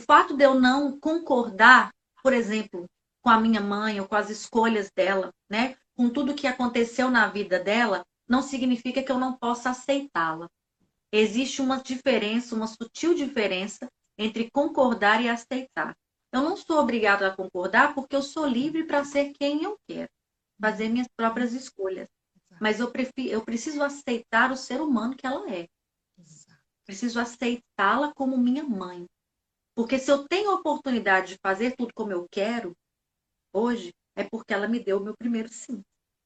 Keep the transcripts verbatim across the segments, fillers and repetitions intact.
fato de eu não concordar, por exemplo, com a minha mãe ou com as escolhas dela, né? Com tudo que aconteceu na vida dela, não significa que eu não possa aceitá-la. Existe uma diferença, uma sutil diferença entre concordar e aceitar. Eu não sou obrigada a concordar porque eu sou livre para ser quem eu quero, fazer minhas próprias escolhas. Mas eu, prefiro, eu preciso aceitar o ser humano que ela é. Preciso aceitá-la como minha mãe. Porque se eu tenho a oportunidade de fazer tudo como eu quero, hoje, é porque ela me deu o meu primeiro sim.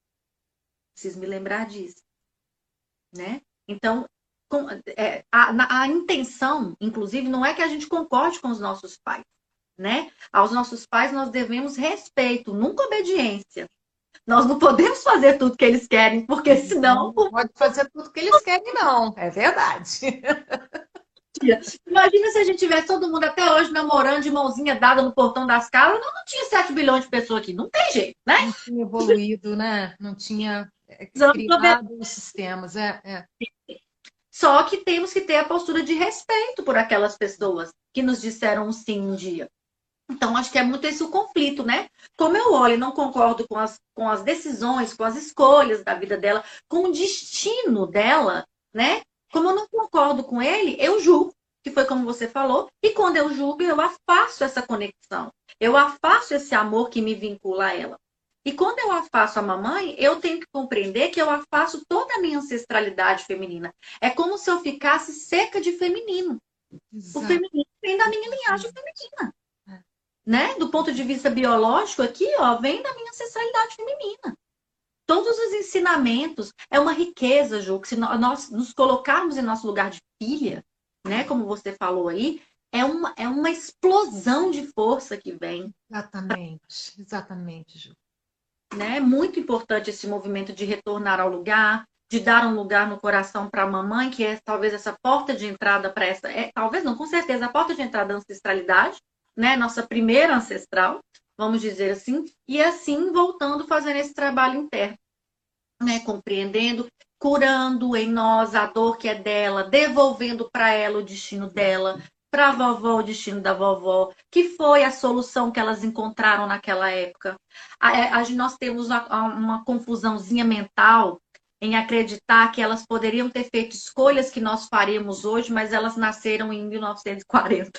Preciso me lembrar disso. Né? Então, com, é, a, a intenção, inclusive, não é que a gente concorde com os nossos pais. Né? Aos nossos pais nós devemos respeito, nunca obediência. Nós não podemos fazer tudo que eles querem, porque senão. Não pode fazer tudo que eles querem, não. É verdade. Imagina se a gente tivesse todo mundo até hoje namorando de mãozinha dada no portão das casas, não, não tinha sete bilhões de pessoas aqui. Não tem jeito, né? Não tinha evoluído, né? Não tinha é, criado os sistemas. É, é. Só que temos que ter a postura de respeito por aquelas pessoas que nos disseram um sim um dia. Então, acho que é muito esse o conflito, né? Como eu olho e não concordo com as, com as decisões, com as escolhas da vida dela, com o destino dela, né? Como eu não concordo com ele, eu julgo, que foi como você falou, e quando eu julgo, eu afasto essa conexão. Eu afasto esse amor que me vincula a ela. E quando eu afasto a mamãe, eu tenho que compreender que eu afasto toda a minha ancestralidade feminina. É como se eu ficasse seca de feminino. O Exato. feminino vem da minha linhagem feminina, né? Do ponto de vista biológico aqui, ó, vem da minha ancestralidade feminina. Todos os ensinamentos é uma riqueza, Ju, que se nós nos colocarmos em nosso lugar de filha, né, como você falou aí, é uma, é uma explosão de força que vem. Exatamente, exatamente, Ju. Né? É muito importante esse movimento de retornar ao lugar, de dar um lugar no coração para a mamãe, que é talvez essa porta de entrada para essa, é, talvez não, com certeza, a porta de entrada da ancestralidade, né? Nossa primeira ancestral, vamos dizer assim, e assim voltando fazendo esse trabalho interno, né? Compreendendo, curando em nós a dor que é dela, devolvendo para ela o destino dela, para a vovó o destino da vovó, que foi a solução que elas encontraram naquela época. A, a, nós temos uma, uma confusãozinha mental em acreditar que elas poderiam ter feito escolhas que nós faremos hoje, mas elas nasceram em mil novecentos e quarenta.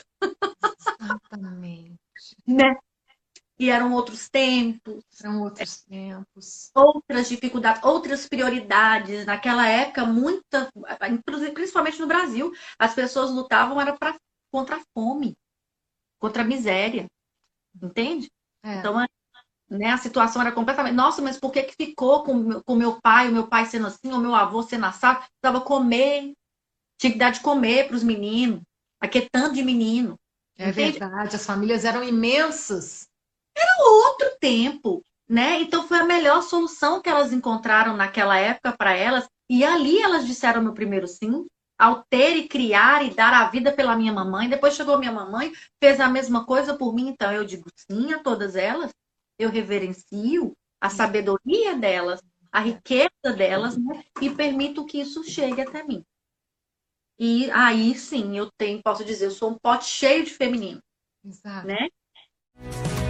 Exatamente. Né? E eram outros tempos, Eram outros tempos. outras dificuldades, outras prioridades. Naquela época, muita, principalmente no Brasil, as pessoas lutavam era pra, contra a fome, contra a miséria, entende? É. Então, né, a situação era completamente. Nossa, mas por que que ficou com o meu pai, o meu pai sendo assim, o meu avô sendo assado? Precisava comer, tinha que dar de comer para os meninos, aqui é tanto de menino, É entende? verdade, as famílias eram imensas. Outro tempo, né? Então foi a melhor solução que elas encontraram naquela época para elas. E ali elas disseram meu primeiro sim, ao ter e criar e dar a vida pela minha mamãe. Depois chegou minha mamãe, fez a mesma coisa por mim. Então eu digo sim a todas elas. Eu reverencio a sabedoria delas, a É, riqueza delas, né? E permito que isso chegue até mim. E aí sim, eu tenho, posso dizer, eu sou um pote cheio de feminino, exato. né?